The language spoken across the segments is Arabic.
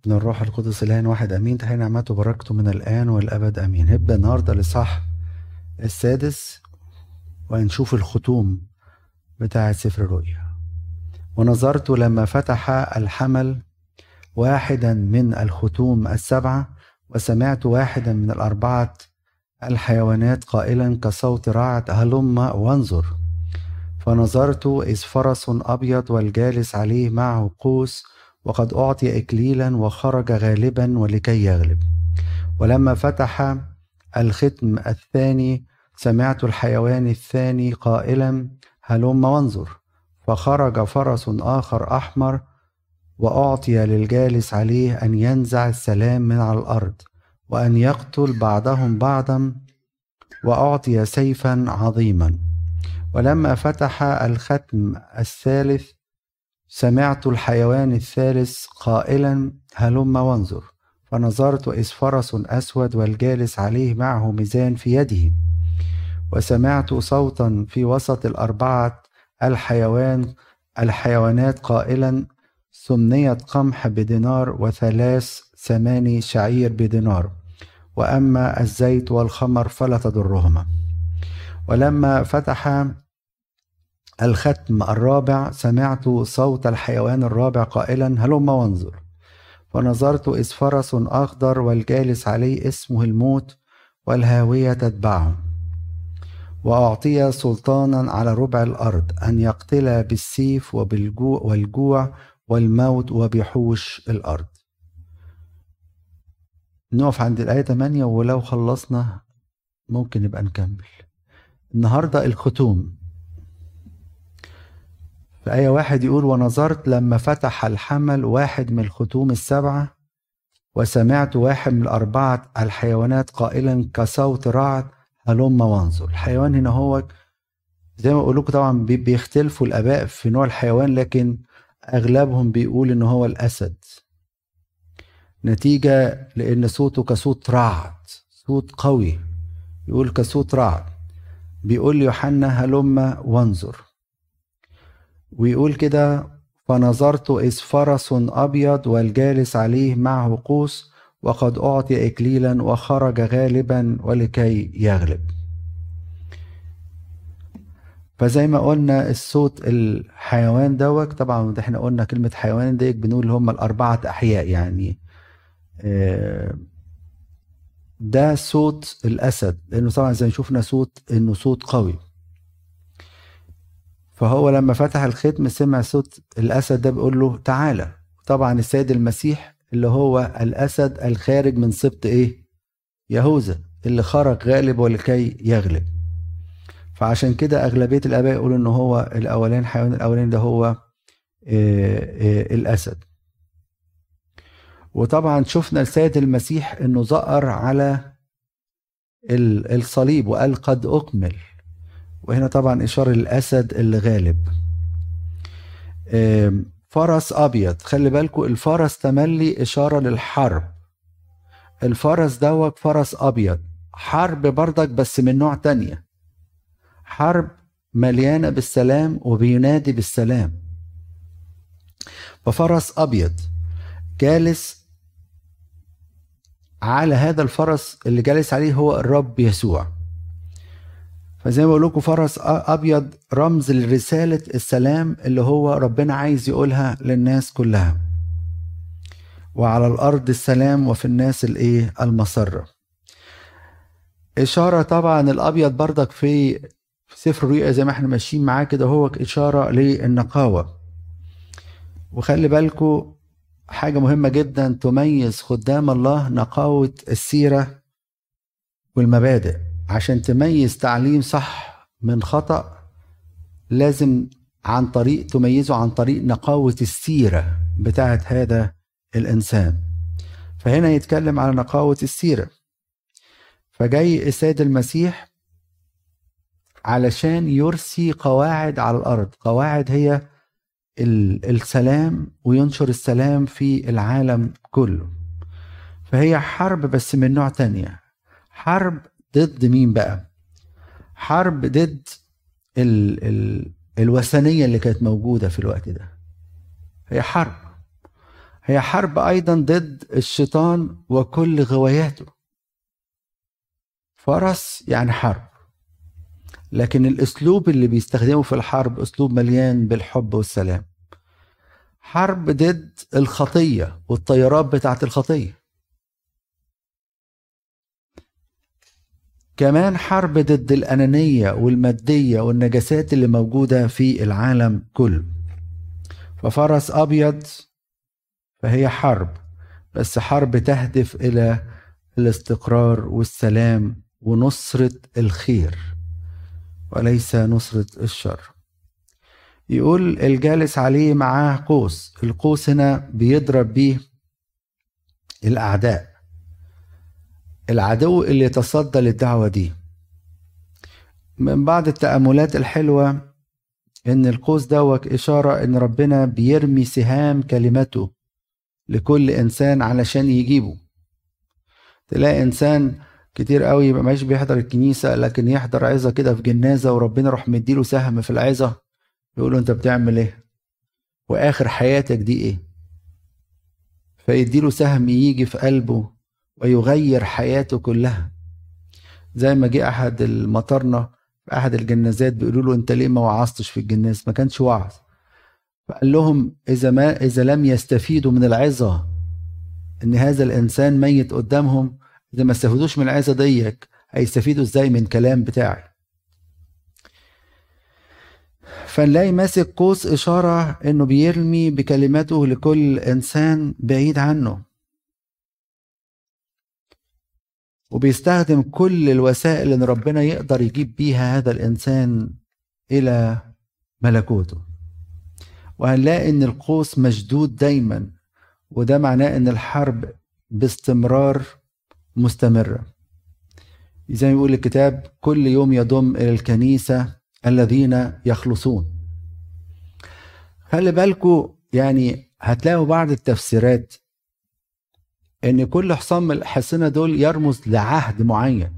من الروح القدس الآن واحد أمين. تحيي نعمته وبركته من الآن والأبد أمين. هبدأ النهاردة الإصحاح السادس ونشوف الختوم بتاعة سفر الرؤيا. ونظرت لما فتح الحمل واحدا من الختوم السبعة، وسمعت واحدا من الأربعة الحيوانات قائلا كصوت رعد: هلم وانظر. فنظرت إذ فرس أبيض والجالس عليه معه قوس، وقد أعطي إكليلا وخرج غالبا ولكي يغلب. ولما فتح الختم الثاني سمعت الحيوان الثاني قائلا: هلم وانظر. فخرج فرس آخر أحمر، وأعطي للجالس عليه أن ينزع السلام من على الأرض، وأن يقتل بعضهم بعضا، وأعطي سيفا عظيما. ولما فتح الختم الثالث سمعت الحيوان الثالث قائلا: هلم وانظر. فنظرت إذ فرس أسود والجالس عليه معه ميزان في يده، وسمعت صوتا في وسط الأربعة الحيوانات قائلا: ثمنية قمح بدينار، وثلاث ثماني شعير بدينار، وأما الزيت والخمر فلا تضرهما. ولما فتح الختم الرابع سمعت صوت الحيوان الرابع قائلا: هلم وانظر. فنظرت إذ فرس أخضر والجالس عليه اسمه الموت، والهاوية تتبعه، وأعطي سلطانا على ربع الأرض أن يقتل بالسيف والجوع والموت وبحوش الأرض. نقف عند الآية 8، ولو خلصنا ممكن نبقى نكمل النهاردة الختوم. في آية 1 يقول: ونظرت لما فتح الحمل واحد من الختوم السبعة، وسمعت واحد من الأربعة الحيوانات قائلا كصوت رعد: هلم وانظر. الحيوان هنا هو زي ما أقول لكم، طبعا بيختلفوا الآباء في نوع الحيوان، لكن أغلبهم بيقول إن هو الأسد، نتيجة لأن صوته كصوت رعد، صوت قوي، يقول كصوت رعد. بيقول يوحنا: هلم وانظر. ويقول كده: فنظرت إذ فرس أبيض والجالس عليه معه قوس، وقد أعطي إكليلا وخرج غالبا ولكي يغلب. فزي ما قلنا الصوت الحيوان دوت، طبعا احنا قلنا كلمة حيوان ديك بنقول هم الأربعة أحياء، يعني ده صوت الأسد، لأنه طبعا زي ما شفنا إنه صوت قوي. فهو لما فتح الختم سمع صوت الأسد ده بيقول له تعالى. طبعا السيد المسيح اللي هو الأسد الخارج من سبط يهوذا، اللي خرج غالب ولكي يغلب. فعشان كده أغلبية الآباء يقولوا إنه هو الحيوان الأولاني ده هو الأسد. وطبعا شفنا السيد المسيح إنه زأر على الصليب وقال قد أكمل، وهنا طبعا إشارة للأسد اللي غالب. فرس أبيض، خلي بالكم الفرس تملي إشارة للحرب. الفرس دوت فرس أبيض، حرب بردك بس من نوع تانية، حرب مليانة بالسلام وبينادي بالسلام. ففرس أبيض جالس على هذا الفرس، اللي جالس عليه هو الرب يسوع. فزي ما بقول لكم فرس أبيض رمز لرسالة السلام اللي هو ربنا عايز يقولها للناس كلها. وعلى الأرض السلام وفي الناس المسرة. إشارة طبعا الأبيض بردك في سفر الرؤيا زي ما احنا ماشيين معاه كده، هو إشارة للنقاوة. وخلي بالكم حاجة مهمة جدا تميز خدام الله: نقاوة السيرة والمبادئ. عشان تميز تعليم صح من خطأ لازم تميزه عن طريق نقاوة السيرة بتاعت هذا الإنسان. فهنا يتكلم على نقاوة السيرة. فجاي السيد المسيح علشان يرسي قواعد على الأرض. قواعد هي السلام، وينشر السلام في العالم كله. فهي حرب بس من نوع تانية. حرب ضد مين بقى؟ حرب ضد الوثنية اللي كانت موجودة في الوقت ده. هي حرب هي حرب أيضا ضد الشيطان وكل غواياته. فرس يعني حرب، لكن الأسلوب اللي بيستخدمه في الحرب أسلوب مليان بالحب والسلام. حرب ضد الخطية والطيارات بتاعت الخطية. كمان حرب ضد الأنانية والمادية والنجاسات اللي موجودة في العالم كله. ففرس أبيض فهي حرب، بس حرب تهدف إلى الاستقرار والسلام ونصرة الخير وليس نصرة الشر. يقول الجالس عليه معاه قوس. القوس هنا بيضرب بيه الأعداء، العدو اللي يتصدى للدعوة دي. من بعض التأملات الحلوة إن القوس دوت إشارة إن ربنا بيرمي سهام كلمته لكل إنسان علشان يجيبه. تلاقي إنسان كتير قوي يبقى ماشي بيحضر الكنيسة، لكن يحضر عظة كده في جنازة وربنا يروح مديله سهم في العظة، يقوله أنت بتعمل إيه؟ وآخر حياتك دي إيه؟ فيديله سهم يجي في قلبه ويغير حياته كلها. زي ما جه أحد المطرنة في أحد الجنازات بيقولوا له أنت ليه ما وعظتش في الجناز؟ ما كانش وعظ. فقال لهم إذا لم يستفيدوا من العظة إن هذا الإنسان ميت قدامهم، إذا ما استفيدوش من العظة ديك هيستفيدوا إزاي من كلام بتاعي؟ فنلاقي ماسك قوس إشارة إنه بيرمي بكلماته لكل إنسان بعيد عنه، وبيستخدم كل الوسائل اللي ربنا يقدر يجيب بيها هذا الإنسان إلى ملكوته. وهنلاقي إن القوس مشدود دايما، وده معناه إن الحرب باستمرار مستمرة. زي ما يقول الكتاب كل يوم يضم إلى الكنيسة الذين يخلصون. خلي بالكوا يعني هتلاقوا بعض التفسيرات ان كل حصان من الحصنة دول يرمز لعهد معين.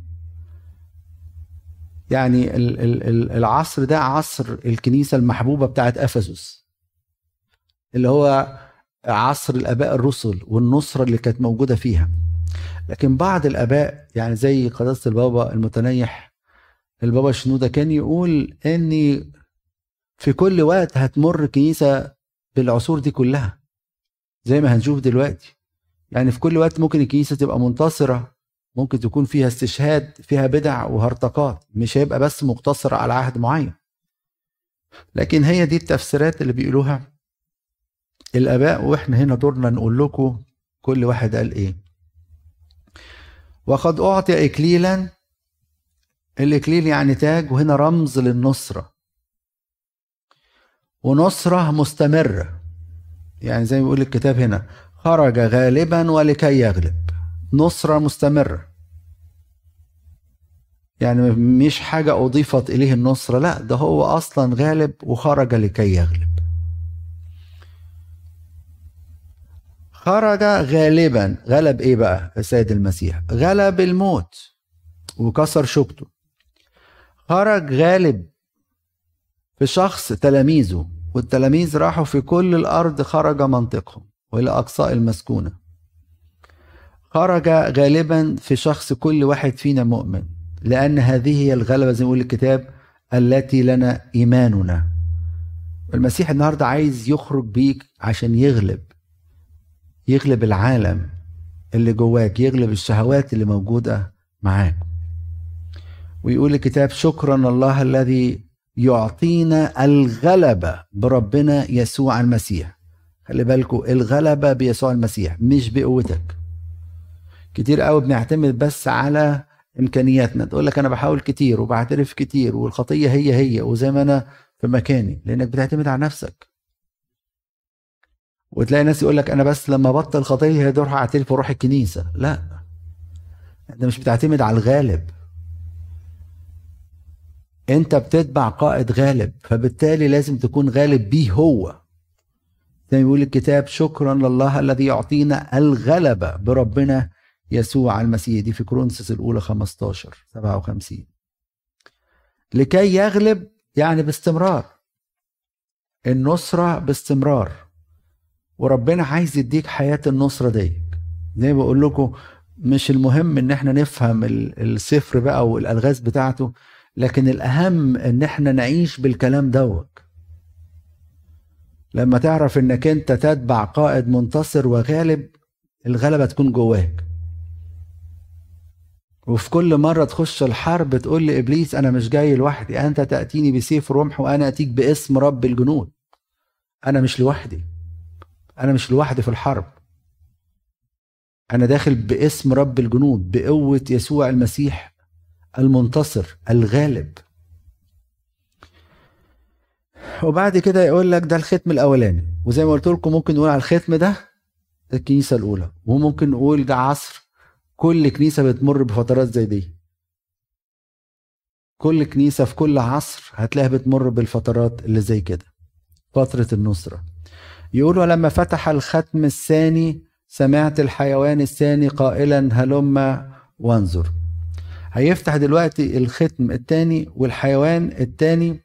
يعني العصر ده عصر الكنيسة المحبوبة بتاعت أفسس، اللي هو عصر الآباء الرسل والنصرة اللي كانت موجودة فيها. لكن بعض الآباء يعني زي قداسة البابا المتنيح البابا شنودة كان يقول ان في كل وقت هتمر كنيسة بالعصور دي كلها زي ما هنشوف دلوقتي. يعني في كل وقت ممكن الكنيسة تبقى منتصرة، ممكن تكون فيها استشهاد، فيها بدع وهرطقات، مش هيبقى بس مقتصرة على عهد معين. لكن هي دي التفسيرات اللي بيقولوها الآباء، واحنا هنا دورنا نقول لكم كل واحد قال ايه. وقد أعطي إكليلا. الإكليل يعني تاج، وهنا رمز للنصرة، ونصرة مستمرة. يعني زي ما بيقول الكتاب هنا خرج غالبا ولكي يغلب. نصرة مستمرة، يعني مش حاجة أضيفت إليه النصرة، لا ده هو أصلا غالب وخرج لكي يغلب. خرج غالبا. غلب إيه بقى السيد المسيح؟ غلب الموت وكسر شوكته. خرج غالب في شخص تلاميذه، والتلاميذ راحوا في كل الأرض خرج منطقهم وإلى أقصاء المسكونة. خرج غالبا في شخص كل واحد فينا مؤمن، لأن هذه هي الغلبة زي ما يقول الكتاب التي لنا إيماننا. المسيح النهاردة عايز يخرج بيك عشان يغلب العالم اللي جواك، يغلب الشهوات اللي موجودة معاك. ويقول الكتاب شكرا الله الذي يعطينا الغلبة بربنا يسوع المسيح. خلي بالكم الغلبة بيسوع المسيح مش بقوتك. كتير قوي بنعتمد بس على امكانياتنا، تقول لك انا بحاول كتير وبعترف كتير والخطية هي وزي ما انا في مكاني، لانك بتعتمد على نفسك. وتلاقي ناس يقول لك انا بس لما بطل خطية هروح اعترف واروح الكنيسة. لا، انت مش بتعتمد على الغالب، انت بتتبع قائد غالب، فبالتالي لازم تكون غالب بيه هو. زي ما يقول الكتاب شكرا لله الذي يعطينا الغلبة بربنا يسوع المسيح. دي في كورنثوس الأولى 15:57. لكي يغلب يعني باستمرار، النصرة باستمرار. وربنا عايز يديك حياة النصرة دي. زي ما بقول لكم، مش المهم ان احنا نفهم السفر بقى والالغاز بتاعته، لكن الاهم ان احنا نعيش بالكلام دوت. لما تعرف انك انت تتبع قائد منتصر وغالب، الغلبة تكون جواك. وفي كل مرة تخش الحرب تقول لإبليس أنا مش جاي لوحدي، أنت تأتيني بسيف رمح وأنا أتيك باسم رب الجنود. أنا مش لوحدي، أنا مش لوحدي في الحرب، أنا داخل باسم رب الجنود، بقوة يسوع المسيح المنتصر الغالب. وبعد كده يقول لك ده الختم الأولاني، وزي ما قلت لكم ممكن نقول على الختم ده الكنيسة الأولى، وممكن نقول ده عصر كل كنيسة بتمر بفترات زي دي. كل كنيسة في كل عصر هتلاقيها بتمر بالفترات اللي زي كده، فترة النصرة. يقولوا لما فتح الختم الثاني سمعت الحيوان الثاني قائلا هلم وانظر. هيفتح دلوقتي الختم الثاني، والحيوان الثاني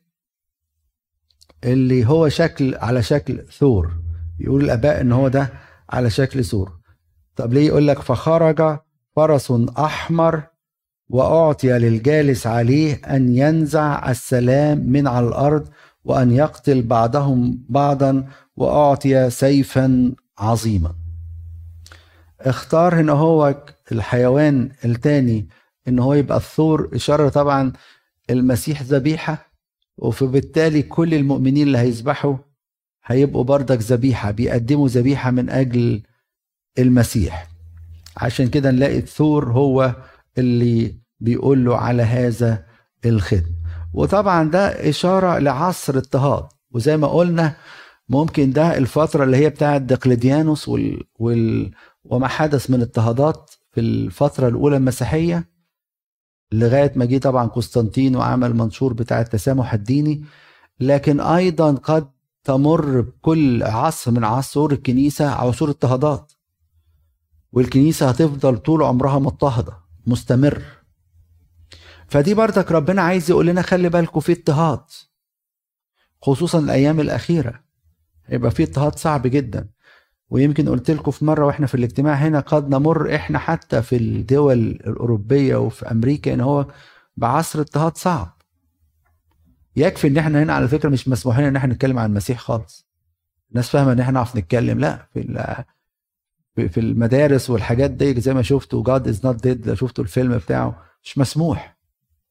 اللي هو على شكل ثور. يقول الآباء ان هو ده على شكل ثور. طب ليه؟ يقول لك فخرج فرس أحمر وأعطي للجالس عليه أن ينزع السلام من على الأرض وأن يقتل بعضهم بعضا، وأعطي سيفا عظيما. اختار هنا هو الحيوان الثاني ان هو يبقى الثور، إشارة طبعا المسيح ذبيحة، وفبالتالي كل المؤمنين اللي هيذبحوا هيبقوا بردك ذبيحة، بيقدموا ذبيحة من أجل المسيح. عشان كده نلاقي الثور هو اللي بيقول له على هذا الختم. وطبعا ده إشارة لعصر اضطهاد، وزي ما قلنا ممكن ده الفترة اللي هي بتاعت دقلديانوس وما حدث من اضطهادات في الفترة الأولى المسيحية، لغاية ما جه طبعا قسطنطين وعمل منشور بتاع التسامح الديني. لكن أيضا قد تمر بكل عصر من عصور الكنيسة عصور اضطهادات، والكنيسة هتفضل طول عمرها مضطهدة مستمر. فدي برضك ربنا عايز يقول لنا خلي بالكم في اضطهاد، خصوصا الأيام الأخيرة هيبقى في اضطهاد صعب جدا. ويمكن قلت لكم في مرة واحنا في الاجتماع هنا قد نمر احنا حتى في الدول الأوروبية وفي أمريكا ان هو بعصر اضطهاد صعب. يكفي ان احنا هنا على فكرة مش مسموح لنا ان احنا نتكلم عن المسيح خالص. الناس فاهمة ان احنا نعرف نتكلم، لا، في المدارس والحاجات دي زي ما شفتوا God is not dead، لو شفتوا الفيلم بتاعه مش مسموح.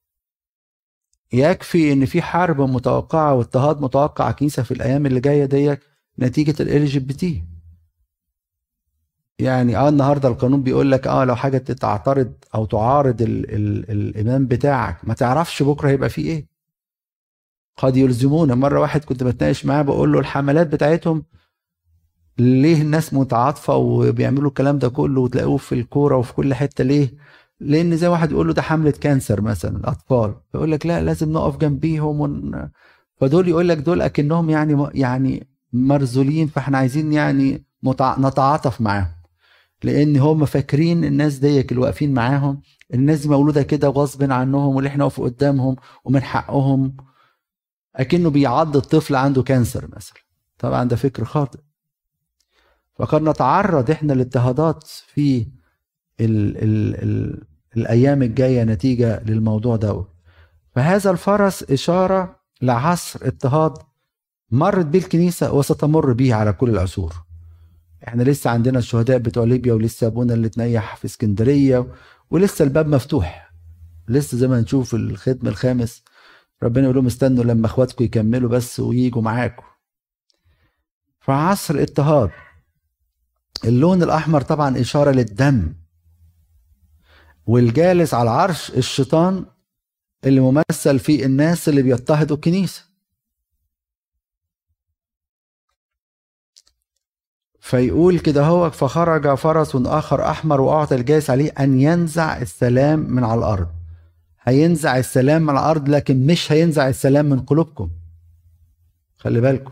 يكفي ان في حرب متوقعة واضطهاد متوقع على الكنيسة في الايام اللي جاية دي نتيجة LGBT. يعني النهارده القانون بيقول لك لو حاجه تعترض او تعارض الامام بتاعك ما تعرفش بكره هيبقى فيه ايه. قد يلزمونا. مره واحد كنت بتناقش معاه بقول له الحملات بتاعتهم ليه الناس متعاطفه وبيعملوا الكلام ده كله وتلاقوه في الكوره وفي كل حته، ليه؟ لان زي واحد يقول له ده حمله كانسر مثلا الاطفال، فيقول لك لا لازم نقف جنبيهم فدول يقول لك دول اكنهم يعني مرذولين، فاحنا عايزين يعني نتعاطف معاهم، لان هم فاكرين الناس ديك اللي واقفين معاهم الناس دي مولوده كده غصب عنهم، واللي احنا واقفين قدامهم ومن حقهم، اكنه بيعض الطفل عنده كانسر مثلا. طبعا ده فكر خاطئ. فقد نتعرض احنا لاضطهادات في ال الايام الجايه نتيجه للموضوع ده. فهذا الفرس اشاره لعصر اضطهاد مرت به الكنيسه وستمر به على كل العصور. احنا لسه عندنا الشهداء بتوع ليبيا، ولسه ابونا اللي اتنيح في اسكندريه، ولسه الباب مفتوح، لسه زي ما نشوف الختم الخامس ربنا يقول لهم استنوا لما اخواتكم يكملوا بس وييجوا معاكم. فعصر اضطهاد. اللون الاحمر طبعا اشاره للدم، والجالس على العرش الشيطان اللي ممثل في الناس اللي بيضطهدوا الكنيسه. فيقول كده هو فخرج فرس آخر أحمر وأعطى الجالس عليه أن ينزع السلام من على الأرض. هينزع السلام من الأرض، لكن مش هينزع السلام من قلوبكم. خلي بالكم،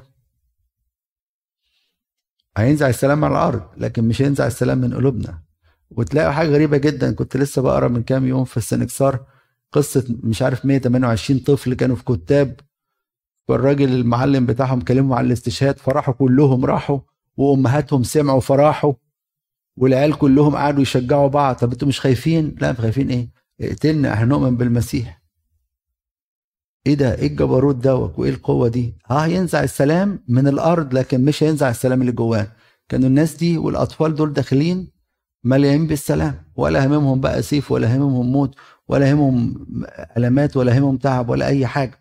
هينزع السلام من الأرض لكن مش هينزع السلام من قلوبنا. وتلاقوا حاجة غريبة جدا، كنت لسه بقرأ من كام يوم في السنكسار قصة مش عارف 128 طفل كانوا في كتاب، والراجل المعلم بتاعهم كلموا على الاستشهاد، فراحوا كلهم راحوا وامهاتهم سمعوا فراحوا، والعيال كلهم قعدوا يشجعوا بعض. طب انتوا مش خايفين؟ لا، خايفين ايه؟ اقتلنا، احنا نؤمن بالمسيح. ايه ده؟ ايه الجبروت دوت وايه القوه دي؟ ينزع السلام من الارض، لكن مش هينزع السلام اللي جواه. كانوا الناس دي والاطفال دول داخلين مليانين بالسلام، ولا هممهم بقى سيف، ولا هممهم موت، ولا همهم ألمات، ولا همهم تعب، ولا أي حاجة.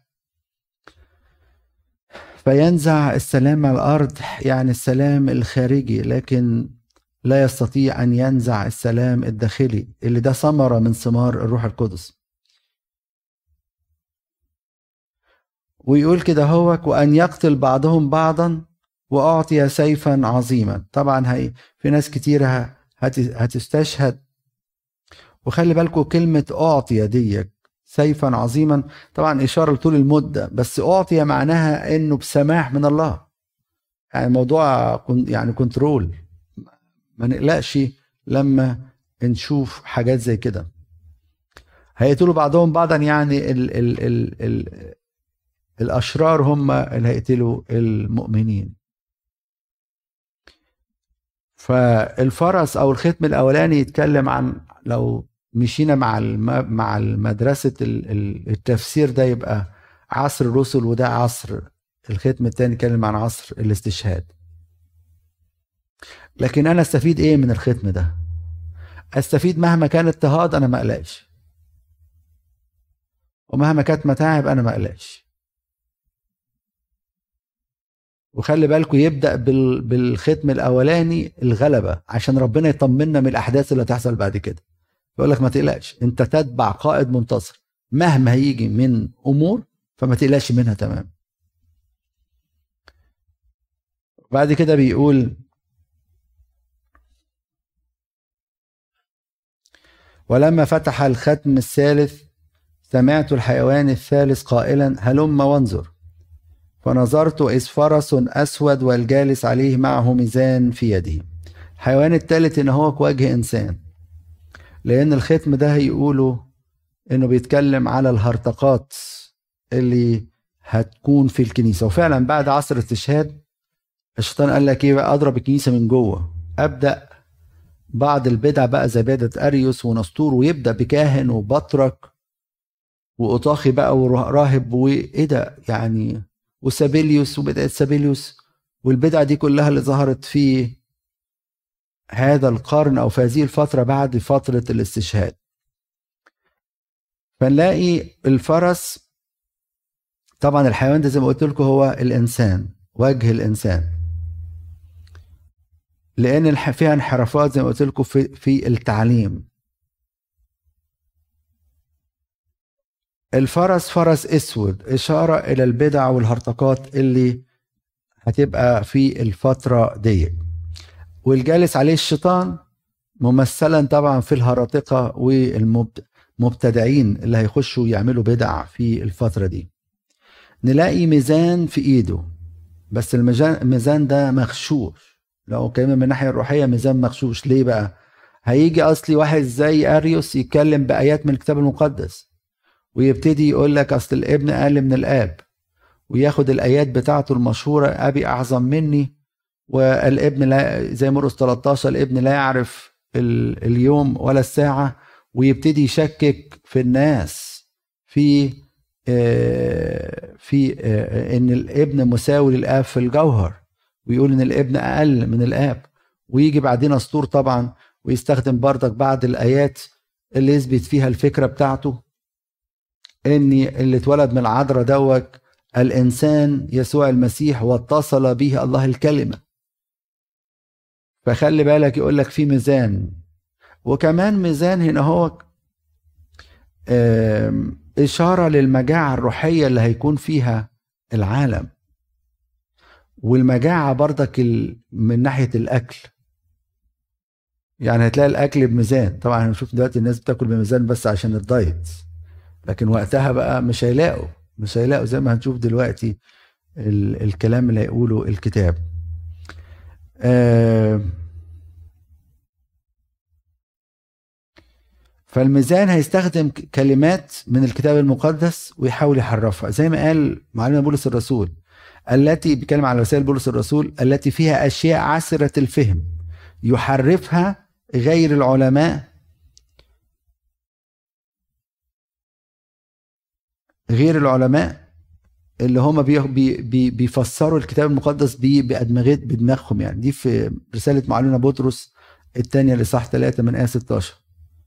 فينزع السلام على الأرض، يعني السلام الخارجي، لكن لا يستطيع أن ينزع السلام الداخلي اللي ده ثمرة من ثمار الروح القدس. ويقول كده هوك: وأن يقتل بعضهم بعضا وأعطي سيفا عظيما. طبعا في ناس كتيرة هتستشهد. وخلي بالكم كلمة أعطي دي سيفا عظيما طبعا إشارة لطول المدة، بس أعطي معناها إنه بسماح من الله. يعني الموضوع يعني كنترول، ما نقلقش لما نشوف حاجات زي كده. هيقتلوا بعضهم بعضا، يعني ال الأشرار هم اللي هيقتلوا المؤمنين. فالفرس أو الختم الأولاني يتكلم عن، لو مشينا مع المدرسة التفسير ده، يبقى عصر الرسل، وده عصر الختم الثاني يتكلم عن عصر الاستشهاد. لكن أنا استفيد إيه من الختم ده؟ استفيد مهما كان اضطهاد أنا ما أقلقش، ومهما كانت متاعب أنا ما أقلقش. وخلي بالكم يبدأ بالختم الأولاني الغلبة، عشان ربنا يطمنا من الأحداث اللي هتحصل بعد كده. يقول لك ما تقلقش، انت تتبع قائد منتصر مهما هيجي من امور، فما تقلقش منها. تمام. بعد كده بيقول: ولما فتح الختم الثالث سمعت الحيوان الثالث قائلا: هلم وانظر. فنظرت إذ فرس أسود والجالس عليه معه ميزان في يده. الحيوان الثالث إن هو وجه إنسان، لأن الختم ده هيقولوا إنه بيتكلم على الهرطقات اللي هتكون في الكنيسة. وفعلا بعد عصر الاستشهاد الشيطان قال لك ايه بقى؟ اضرب الكنيسة من جوه، ابدأ بعض البدع بقى زي بدعة اريوس ونسطور، ويبدأ بكاهن وبطرك واطاخي بقى وراهب وايه ده يعني، وسابيليوس وبدعة سابيليوس، والبدع دي كلها اللي ظهرت في هذا القرن او في هذه الفترة بعد فترة الاستشهاد. فنلاقي الفرس، طبعا الحيوان ده زي ما قلت لكم هو الانسان، وجه الانسان، لان فيها انحرافات زي ما قلت لكم في التعليم. الفرس فرس اسود، اشاره الى البدع والهرطقات اللي هتبقى في الفتره دي. والجالس عليه الشيطان ممثلا طبعا في الهراطقه والمبتدعين اللي هيخشوا يعملوا بدع في الفتره دي. نلاقي ميزان في ايده، بس الميزان ده مغشوش. لو كلمة من الناحية الروحية ميزان مغشوش. ليه بقى؟ هيجي أصلي واحد زي أريوس يتكلم بآيات من الكتاب المقدس، ويبتدي يقول لك أصل الابن أقل من الآب، وياخد الآيات بتاعته المشهورة: أبي أعظم مني، والابن لا، زي مرقس 13 الابن لا يعرف اليوم ولا الساعة، ويبتدي يشكك في الناس في ان الابن مساوي للآب في الجوهر، ويقول ان الابن اقل من الآب. ويجي بعدين اسطور طبعا ويستخدم بردك بعض الايات اللي يثبت فيها الفكرة بتاعته، ان اللي اتولد من العذراء دوت الانسان يسوع المسيح، واتصل به الله الكلمة. فخلي بالك، يقول لك في ميزان. وكمان ميزان هنا هو إشارة للمجاعة الروحية اللي هيكون فيها العالم، والمجاعة برضك من ناحية الأكل. يعني هتلاقي الأكل بميزان. طبعا هنشوف دلوقتي الناس بتاكل بميزان بس عشان الدايت، لكن وقتها بقى مش هيلاقوا زي ما هنشوف دلوقتي الكلام اللي هيقوله الكتاب. فالميزان هيستخدم كلمات من الكتاب المقدس ويحاول يحرفها، زي ما قال معلمنا بولس الرسول: التي بيتكلم على رسائل بولس الرسول التي فيها أشياء عسرة الفهم يحرفها غير العلماء اللي هم بيفسروا الكتاب المقدس بدماغهم يعني. دي في رسالة معلمنا بطرس الثانية لإصحاح 3 من آية 16.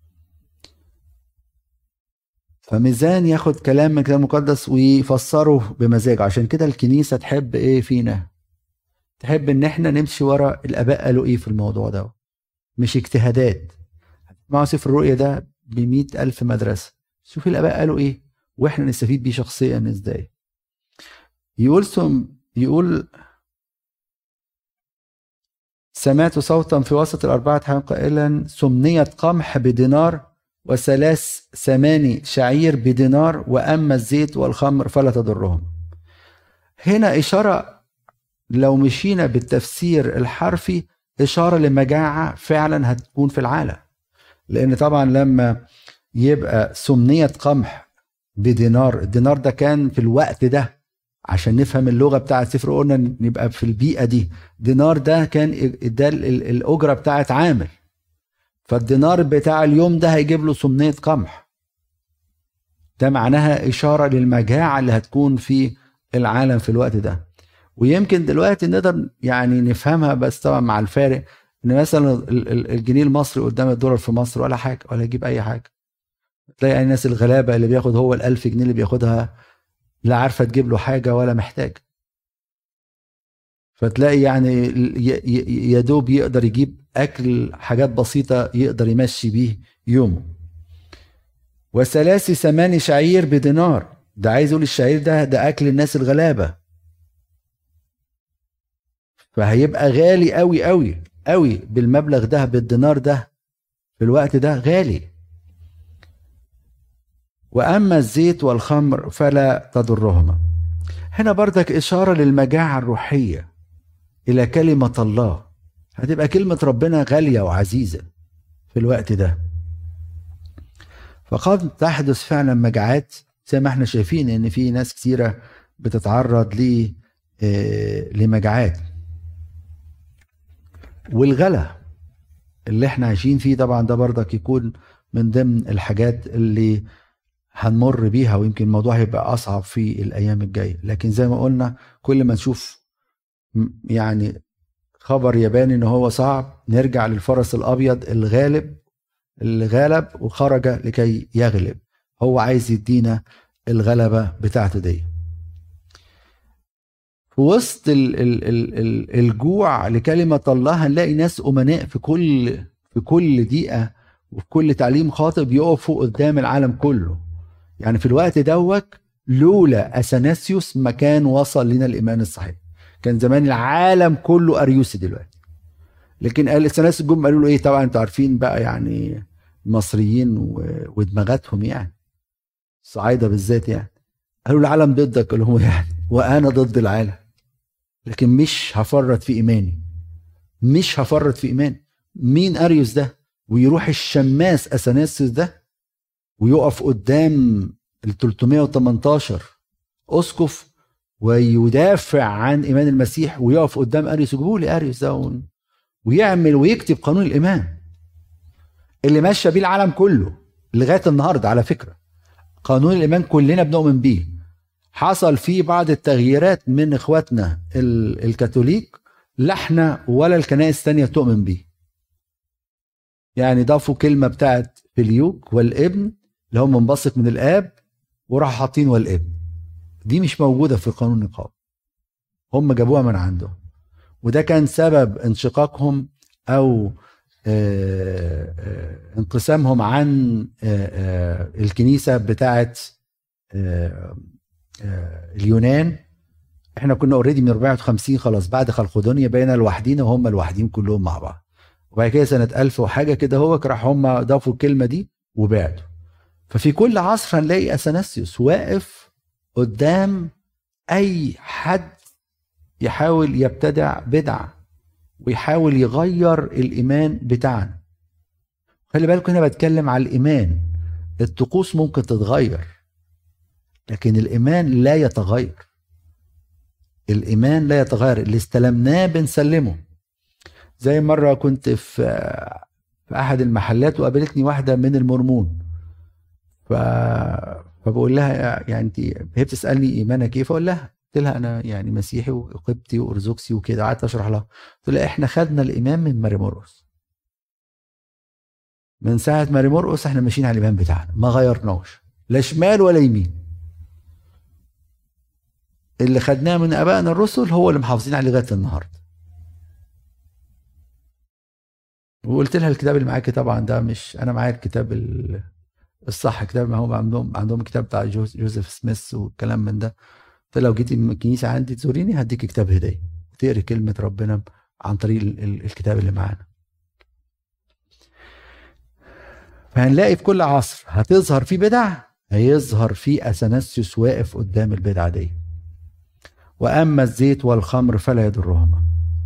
فميزان ياخد كلام من الكتاب المقدس ويفسره بمزاجه. عشان كده الكنيسة تحب ايه فينا؟ تحب ان احنا نمشي ورا الاباء قالوا ايه في الموضوع ده، مش اجتهادات. مع سفر الرؤيا ده ب100,000 مدرسة، شوف الاباء قالوا ايه واحنا نستفيد بيه شخصيا ازاي. يقول سمعت صوتا في وسط الأربعة حيوان قائلا سمنية قمح بدينار وثلاث ثماني شعير بدينار، وأما الزيت والخمر فلا تضرهم. هنا إشارة لو مشينا بالتفسير الحرفي إشارة لمجاعة فعلا هتكون في العالم، لأن طبعا لما يبقى سمنية قمح بدينار، الدينار ده كان في الوقت ده عشان نفهم اللغة بتاعة سفر قلنا نبقى في البيئة دي، دينار ده كان ده الأجرة بتاعة عامل، فالدينار بتاع اليوم ده هيجيب له سمنية قمح. ده معناها إشارة للمجاعة اللي هتكون في العالم في الوقت ده. ويمكن دلوقتي نقدر يعني نفهمها، بس طبعا مع الفارق ان مثلا الجنيه المصري قدام الدولار في مصر ولا حاجة، ولا يجيب أي حاجة. تلاقي الناس الغلابة اللي بياخد هو 1000 جنيه اللي بياخدها لا عارفة تجيب له حاجة ولا محتاج. فتلاقي يعني يدوب يقدر يجيب أكل، حاجات بسيطة يقدر يمشي بيه يومه. وثلاث ثماني شعير بدينار، ده عايز يقول الشعير ده أكل الناس الغلابة، فهيبقى غالي قوي قوي قوي بالمبلغ ده، بالدينار ده في الوقت ده غالي. وأما الزيت والخمر فلا تضرهما. هنا برضك إشارة للمجاعة الروحية إلى كلمة الله. هتبقى كلمة ربنا غالية وعزيزة في الوقت ده. فقد تحدث فعلا مجاعات زي ما احنا شايفين ان في ناس كثيرة بتتعرض لمجاعات. والغلا اللي احنا عايشين فيه طبعا ده برضك يكون من ضمن الحاجات اللي هنمر بيها، ويمكن الموضوع هيبقى أصعب في الأيام الجاية. لكن زي ما قلنا كل ما نشوف يعني خبر ياباني ان هو صعب، نرجع للفرس الأبيض اللي غالب وخرج لكي يغلب. هو عايز يدينا الغلبة بتاعته دي. في وسط الجوع لكلمة الله هنلاقي ناس أمناء في كل دقيقة وفي كل تعليم خاطئ بيقفوا قدام العالم كله. يعني في الوقت دوت لولا أثناسيوس ما كان وصل لنا الإيمان الصحيح. كان زمان العالم كله أريوسي دلوقتي. لكن قال أثناسيوس جم قالوا له إيه؟ طبعا أنتوا عارفين بقى يعني المصريين ودماغاتهم يعني الصعايدة بالذات يعني. قالوا العالم ضدك، قال لهم يعني وأنا ضد العالم، لكن مش هفرط في إيماني، مش هفرط في إيماني. مين أريوس ده؟ ويروح الشماس أثناسيوس ده ويقف قدام ال 318 أسقف ويدافع عن إيمان المسيح، ويقف قدام أريوس ويجيبوا لي أريوس ده ويعمل ويكتب قانون الإيمان اللي ماشى بيه العالم كله لغاية النهاردة. على فكرة قانون الإيمان كلنا بنؤمن بيه، حصل فيه بعض التغييرات من إخواتنا الكاثوليك لا احنا ولا الكنائس الثانية تؤمن بيه. يعني ضافوا كلمة بتاعت فيليوك والابن اللي هو منبثق من الآب، وراح حاطين والابن. دي مش موجودة في قانون النقاب، هم جابوها من عندهم. وده كان سبب انشقاقهم أو انقسامهم عن الكنيسة بتاعت اليونان. احنا كنا اوريدي من 450 خلاص بعد خلقدونيا بقينا لوحدينا وهم لوحدين كلهم مع بعض. وبعد كده سنة 1000 وحاجة كده هو راح هم ضافوا الكلمة دي وبعدوا. ففي كل عصر هنلاقي أثناسيوس واقف قدام أي حد يحاول يبتدع بدعة ويحاول يغير الإيمان بتاعنا. خلي بالكم هنا بتكلم على الإيمان. الطقوس ممكن تتغير لكن الإيمان لا يتغير. الايمان لا يتغير، اللي استلمناه بنسلمه. زي مره كنت في احد المحلات وقابلتني واحده من المورمون، فبقول لها يعني انت، هي بتسالني ايمانك ايه، فاقول لها، قلت لها انا يعني مسيحي وقبطي وارثوذكسي وكده. قعدت اشرح لها، قلت لها احنا خدنا الايمان من ماري مرقس، من ساعه ماري مرقس احنا ماشيين على الايمان بتاعنا، ما غيرناش لا شمال ولا يمين. اللي خدناه من ابائنا الرسل هو اللي محافظين عليه لغايه النهارده. وقلت لها الكتاب اللي معاكي طبعا ده مش انا معايا الكتاب الصح، كتاب ما هو عندهم كتاب بتاع جوزيف سميث والكلام من ده. قلت لو جيتي من الكنيسه عندي تزوريني هديك كتاب هديه تقري كلمه ربنا عن طريق الكتاب اللي معانا. فهنلاقي في كل عصر هتظهر فيه بدع، هيظهر فيه اثناسيوس واقف قدام البدعه دي. واما الزيت والخمر فلا يضرهما.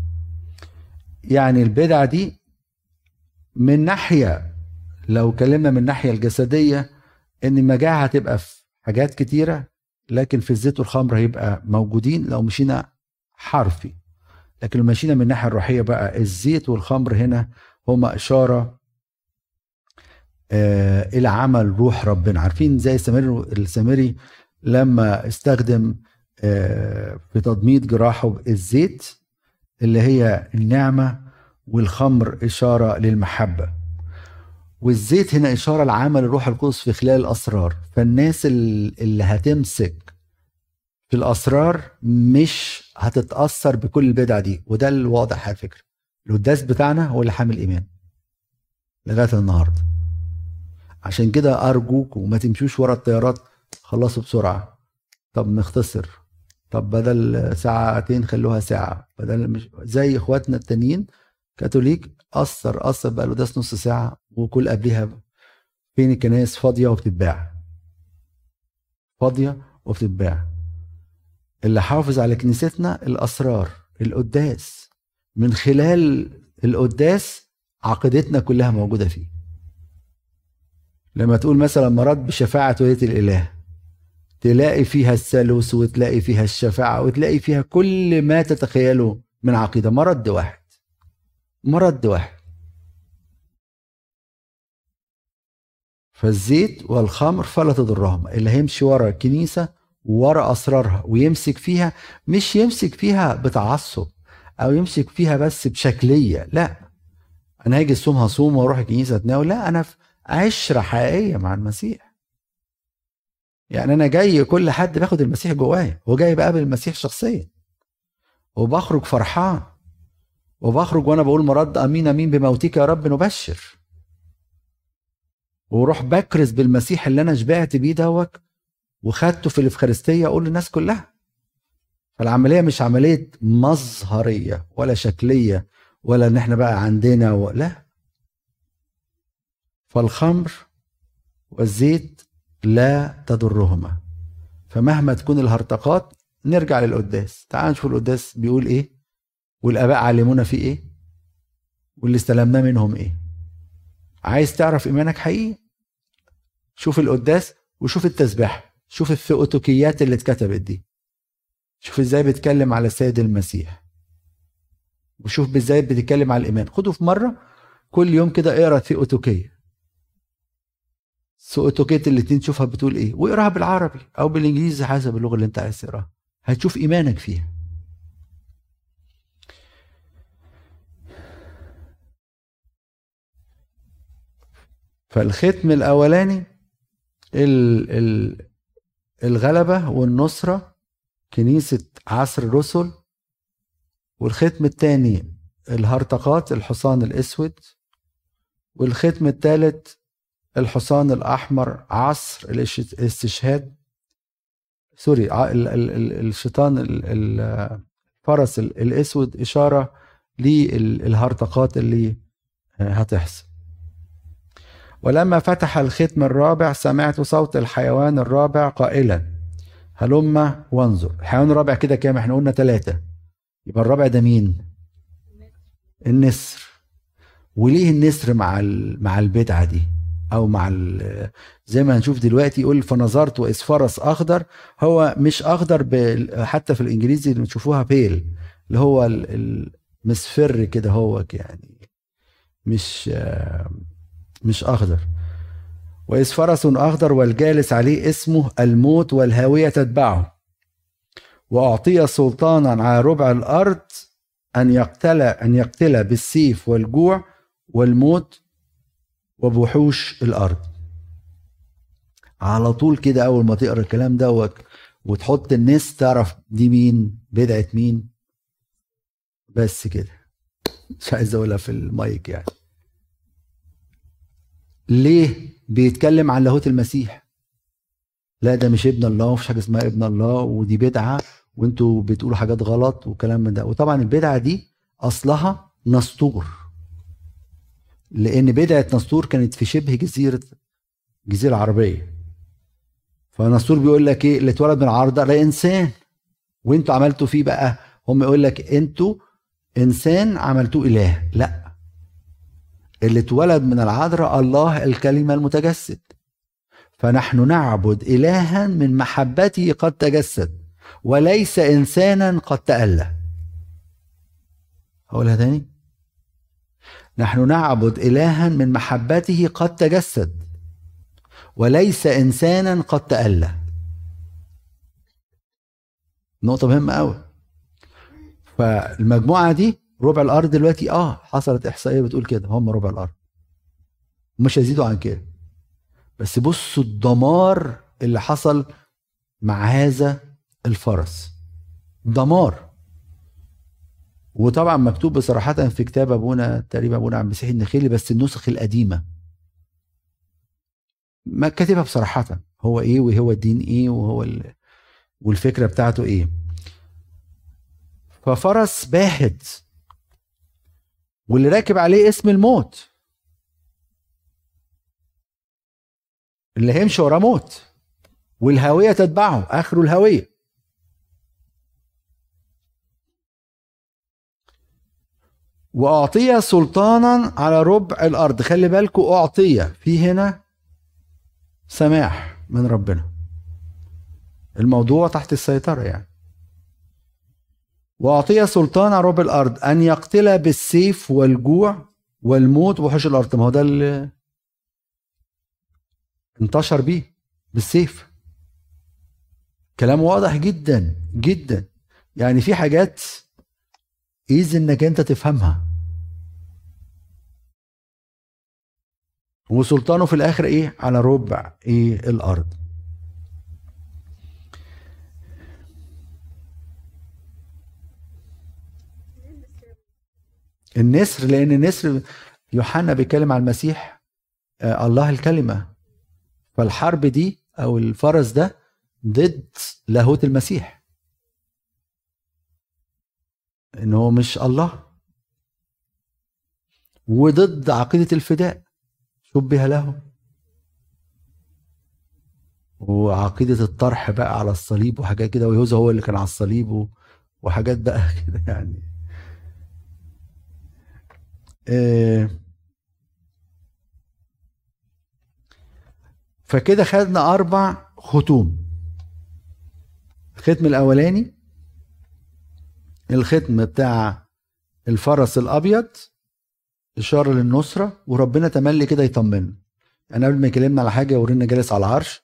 يعني البدع دي من ناحيه، لو اتكلمنا من الناحيه الجسديه، ان المجاعه هتبقى في حاجات كتيره، لكن في الزيت والخمر هيبقى موجودين لو مشينا حرفي. لكن لو مشينا من الناحيه الروحيه بقى، الزيت والخمر هنا هما اشاره الى عمل روح ربنا. عارفين زي السامري لما استخدم في تضميد جراحه الزيت اللي هي النعمه، والخمر اشاره للمحبه. والزيت هنا اشاره لعمل الروح القدس في خلال الاسرار. فالناس اللي هتمسك في الاسرار مش هتتاثر بكل البدع دي، وده الواضح على فكره. القداس بتاعنا هو اللي حامل ايمان لغايه النهارده. عشان كده ارجوكم ما تمشوش ورا الطيارات، خلصوا بسرعه. طب نختصر، طب بدل ساعتين خلوها ساعه، بدل مش زي اخواتنا التانيين كاثوليك اثر بقى القداس نص ساعه، وكل قبلها فين الكنائس فاضيه وبتتباع، فاضيه وبتتباع. اللي حافظ على كنيستنا الاسرار، القداس، من خلال القداس عقيدتنا كلها موجوده فيه. لما تقول مثلا مراد بشفاعه ولية الاله، تلاقي فيها الثالوث، وتلاقي فيها الشفاعه، وتلاقي فيها كل ما تتخيله من عقيده. مرد واحد، مرد واحد. فالزيت والخمر فلا تضرهما. اللي هيمشي ورا الكنيسه ورا اسرارها ويمسك فيها، مش يمسك فيها بتعصب او يمسك فيها بس بشكليه، لا، انا هاجي الصوم هصوم واروح الكنيسه اتناول، لا، انا في عشره حقيقيه مع المسيح. يعني انا جاي، كل حد باخد المسيح جوايا، وجاي بقابل المسيح شخصيا، وبخرج فرحان، وبخرج وانا بقول مرد امين امين بموتك يا رب نبشر، وروح بكرز بالمسيح اللي انا شبعت بيه دوت وخدته في الافخارستيه اقول للناس كلها. فالعمليه مش عمليه مظهريه ولا شكليه ولا ان احنا بقى عندنا لا. فالخمر والزيت لا تضرهما. فمهما تكون الهرطقات نرجع للقداس. تعالوا نشوف القداس بيقول ايه، والاباء علمونا فيه ايه، واللي استلمناه منهم ايه. عايز تعرف ايمانك حقيقي، شوف القداس وشوف التسبيح، شوف الثيوتوكيات اللي اتكتبت دي، شوف ازاي بتكلم على السيد المسيح، وشوف ازاي بتتكلم على الايمان. خدوا في مره كل يوم كده اقرا ثيوتوكيه، ثيوتوكيه الاتنين، تشوفها بتقول ايه، واقراها بالعربي او بالانجليزي حسب اللغه اللي انت عايز تقراها، هتشوف ايمانك فيها. فالختم الاولاني الغلبه والنصره، كنيسه عصر الرسل. والختم الثاني الهرطقات، الحصان الاسود. والختم الثالث الحصان الاحمر، عصر الاستشهاد، سوري، الشيطان الفرس الاسود، اشاره للهرطقات اللي هتحصل. ولما فتح الختم الرابع سمعت صوت الحيوان الرابع قائلا هلم وانظر. الحيوان الرابع كده كام؟ احنا قلنا 3، يبقى الرابع ده مين؟ النسر. وليه النسر مع البدعه دي؟ او مع زي ما هنشوف دلوقتي يقول فنظرت واذ فرس اخضر. هو مش اخضر حتى في الانجليزي اللي بتشوفوها بيل، اللي هو المصفر كده، هو يعني مش اخضر. واذ فرس اخضر والجالس عليه اسمه الموت والهاوية تتبعه، واعطي سلطانا على ربع الارض ان يقتل بالسيف والجوع والموت وبوحوش الارض. على طول كده اول ما تقرا الكلام ده وتحط الناس تعرف دي مين، بدعة مين. بس كده، مش عايز اقولها في المايك يعني. ليه بيتكلم عن لاهوت المسيح؟ لا ده مش ابن الله، ومفيش حاجه اسمها ابن الله، ودي بدعه، وانتوا بتقولوا حاجات غلط وكلام من ده. وطبعا البدعه دي اصلها نسطور، لان بدعه نسطور كانت في شبه جزيره عربيه. فنسطور بيقول لك ايه؟ اللي اتولد من العارضه ده انسان، وانتوا عملتوا فيه بقى. هم يقول لك انتوا انسان عملتوه اله. لا، اللي اتولد من العذراء الله الكلمه المتجسد. فنحن نعبد إلها من محبته قد تجسد، وليس إنسانا قد تأله. هقولها تاني: نحن نعبد إلها من محبته قد تجسد، وليس إنسانا قد تأله. نقطة مهمة قوي. فالمجموعة دي ربع الأرض دلوقتي حصلت إحصائية بتقول كده، هم ربع الأرض، مش هيزيدوا عن كده. بس بصوا الدمار اللي حصل مع هذا الفرس، دمار. وطبعا مكتوب بصراحة في كتاب ابونا تقريبا ابونا عبد المسيح النخيلي، بس النسخ القديمة ما كاتبها بصراحة هو ايه، وهو الدين ايه، والفكرة بتاعته ايه. ففرس باهت، واللي راكب عليه اسم الموت، اللي هيمشي وراه موت، والهاوية تتبعه، اخره الهاوية. واعطي سلطانا على ربع الارض. خلي بالكوا، اعطي في هنا سماح من ربنا، الموضوع تحت السيطرة يعني. واعطي سلطان على ربع الارض ان يقتل بالسيف والجوع والموت وحوش الارض. ما هو ده اللي انتشر بيه، بالسيف. كلام واضح جدا جدا يعني، في حاجات ايزي انك انت تفهمها. وسلطانه في الاخر ايه؟ على ربع الارض. النسر، لان النسر يوحنا بيتكلم عن المسيح الله الكلمة. فالحرب دي او الفرس ده ضد لاهوت المسيح، ان هو مش الله، وضد عقيدة الفداء شبه له، وعقيدة الطرح بقى على الصليب وحاجات كده، ويهوذا هو اللي كان على الصليب وحاجات بقى كده يعني. فكده خدنا 4 ختوم. الختم الاولاني الختم بتاع الفرس الابيض، اشاره للنصره، وربنا تملي كده يطمنا يعني. قبل ما يكلمنا على حاجه يورينا جالس على العرش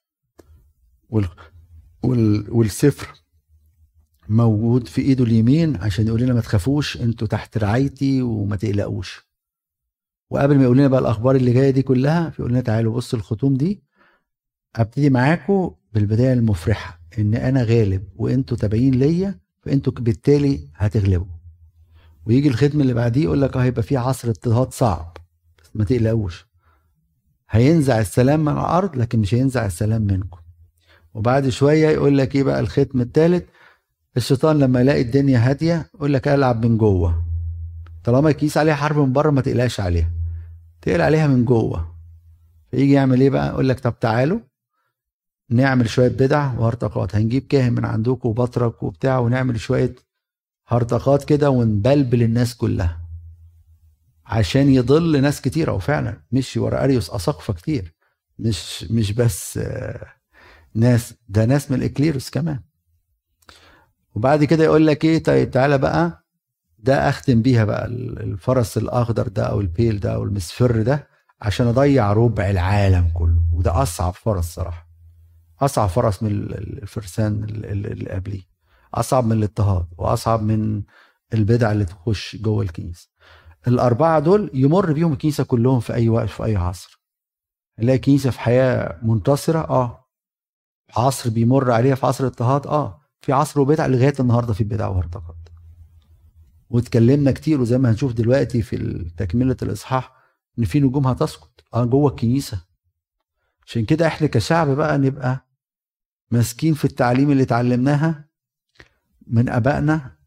والسفر موجود في ايده اليمين، عشان يقول لنا ما تخافوش، انتوا تحت رعايتي وما تقلقوش. وقبل ما يقول لنا بقى الاخبار اللي جايه دي كلها، فيقول لنا تعالوا بصوا الختوم دي. ابتدي معاكم بالبدايه المفرحه، ان انا غالب وانتوا تابعين ليا، فانتوا بالتالي هتغلبوا. ويجي الختم اللي بعديه يقول لك هيبقى في عصر اضطهاد صعب، بس ما تقلقوش، هينزع السلام من الارض لكن مش هينزع السلام منكم. وبعد شويه يقول لك ايه بقى الختم الثالث؟ الشيطان لما يلاقي الدنيا هاديه يقول لك العب من جوه. طالما يقيس عليها حرب من بره، ما تقلقش عليها، تقلق عليها من جوه. فيجي يعمل ايه بقى؟ يقول لك طب تعالوا نعمل شويه بدع وهرطقات، هنجيب كاهن من عندكم وبطرك وبتاع، ونعمل شويه هرطقات كده ونبلبل الناس كلها عشان يضل ناس كتيره. وفعلا مشي ورا اريوس اساقفه كتير، مش بس ناس، ده ناس من الاكليروس كمان. وبعد كده يقول لك ايه، طيب تعالى بقى ده اختم بيها بقى الفرس الاخضر ده او البيل ده او المسفر ده، عشان اضيع ربع العالم كله. وده اصعب فرس صراحه، اصعب فرس من الفرسان اللي قبليه، اصعب من الاضطهاد واصعب من البدع اللي تخش جوه الكنيسه. الاربعه دول يمر بيهم الكنيسه كلهم في اي وقت في اي عصر. نلاقي كنيسه في حياه منتصره، عصر بيمر عليها في عصر اضطهاد، في عصر وبدع لغايه النهارده في بدع وارتقاد. واتكلمنا كتير، وزي ما هنشوف دلوقتي في تكمله الاصحاح ان في نجوم هتسقط جوه الكنيسه. عشان كده احنا كشعب بقى نبقى ماسكين في التعليم اللي اتعلمناها من ابائنا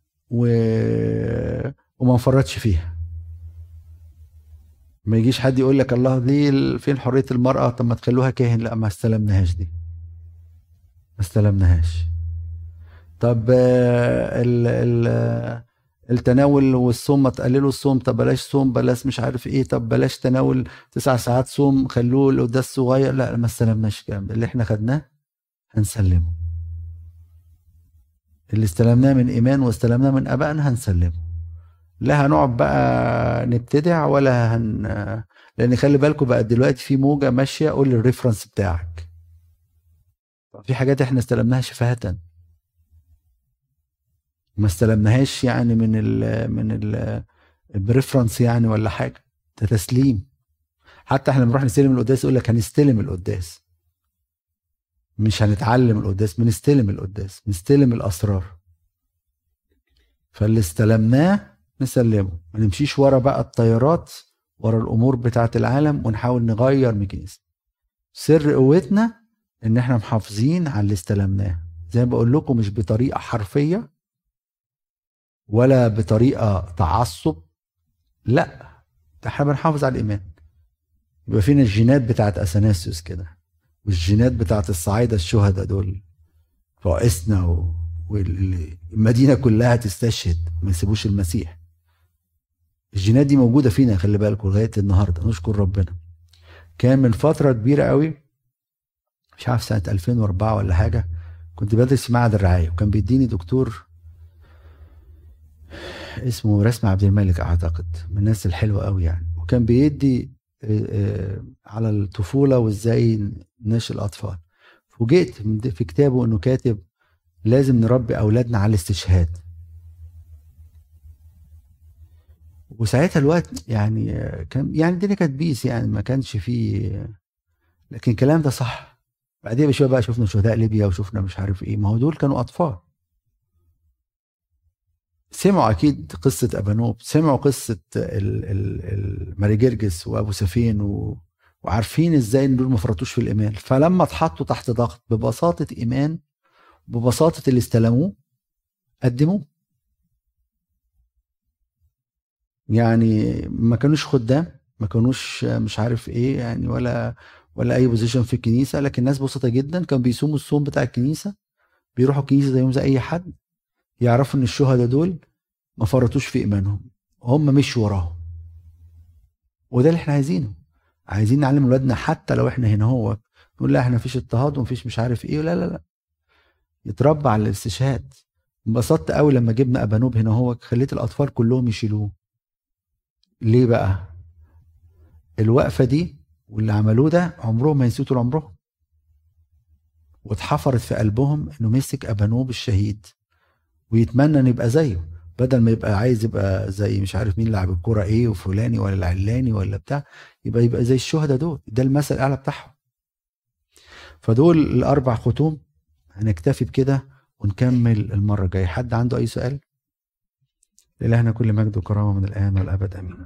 وما نفرطش فيها. ما يجيش حد يقول لك الله ليه فين حريه المراه، طب ما تخلوها كاهن. لا، ما استلمناهاش دي، ما استلمناهاش. طب التناول والصوم ما تقللوا الصوم، طب بلاش صوم، بلاش مش عارف ايه، طب بلاش تناول 9 ساعات صوم، خلوه القداس صغير. لا، ما استلمناش الكلام ده. اللي احنا خدناه هنسلمه، اللي استلمناه من ايمان واستلمناه من ابائنا هنسلمه. لا هنقعد بقى نبتدع ولا لان خلي بالكم بقى دلوقتي في موجه ماشيه، قول لي الريفرنس بتاعك. في حاجات احنا استلمناها شفاهه، ما استلمناهاش يعني من بريفرنس يعني ولا حاجه، ده تسليم. حتى احنا بنروح نستلم القداس يقول لك هنستلم القداس، مش هنتعلم القداس، بنستلم القداس، نستلم الاسرار. فاللي استلمناه نسلمه، ما نمشيش ورا بقى الطيارات، ورا الامور بتاعه العالم ونحاول نغير من كنيسه. سر قوتنا ان احنا محافظين على اللي استلمناه، زي ما بقول لكم، مش بطريقه حرفيه ولا بطريقه تعصب، لا، احنا بنحافظ على الايمان. يبقى فينا الجينات بتاعت اثناسيوس كده، والجينات بتاعت الصعايده الشهداء دول رئيسنا والمدينه كلها تستشهد ما يسيبوش المسيح. الجينات دي موجوده فينا، خلي بالكم لغايه النهارده، نشكر ربنا. كان من فتره كبيره قوي، مش عارف سنه 2004 ولا حاجه، كنت بدرس في معهد الرعايه، وكان بيديني دكتور اسمه رسمي عبد الملك اعتقد، من الناس الحلوه قوي يعني. وكان بيدي على الطفوله وازاي نشأ الاطفال. فوجئت في كتابه انه كاتب لازم نربي اولادنا على الاستشهاد. وساعتها الوقت يعني كان يعني الدنيا كانت بيس، يعني ما كانش فيه، لكن الكلام ده صح. بعدين بشويه بقى شفنا شهداء ليبيا وشفنا مش عارف ايه، ما هو دول كانوا اطفال. سمعوا اكيد قصه ابانوب، سمعوا قصه ماري جرجس وابو سفين وعارفين ازاي ان دول ما فرطوش في الايمان. فلما اتحطوا تحت ضغط ببساطه ايمان، ببساطه اللي استلموه قدموه. يعني ما كانوش خدام، ما كانوش مش عارف ايه يعني، ولا اي بوزيشن في الكنيسه، لكن ناس بسيطه جدا كانوا بيصوموا الصوم بتاع الكنيسه، بيروحوا الكنيسه زيهم زي اي حد، يعرفوا ان الشهداء دول ما فرطوش في ايمانهم، هم مشوا وراهم. وده اللي احنا عايزينه، عايزين نعلم اولادنا حتى لو احنا هنا هو نقول لا احنا مفيش اضطهاد ومفيش مش عارف ايه، لا لا لا، يتربى على الاستشهاد. انبسطت قوي لما جبنا ابانوب هنا هو، خليت الاطفال كلهم يشيلوه. ليه بقى؟ الوقفه دي واللي عملوه ده عمرهم ما ينسوا طول عمرهم، واتحفرت في قلبهم انه مسك ابانوب الشهيد ويتمنى ان يبقى زيه، بدل ما يبقى عايز يبقى زي مش عارف مين لاعب الكوره ايه وفلاني ولا العلاني ولا بتاع، يبقى زي الشهداء دول، ده المثل الاعلى بتاعهم. فدول الاربع ختوم. هنكتفي بكده ونكمل المره الجايه. حد عنده اي سؤال؟ لإلهنا كل مجد وكرامه من الان والابد امين.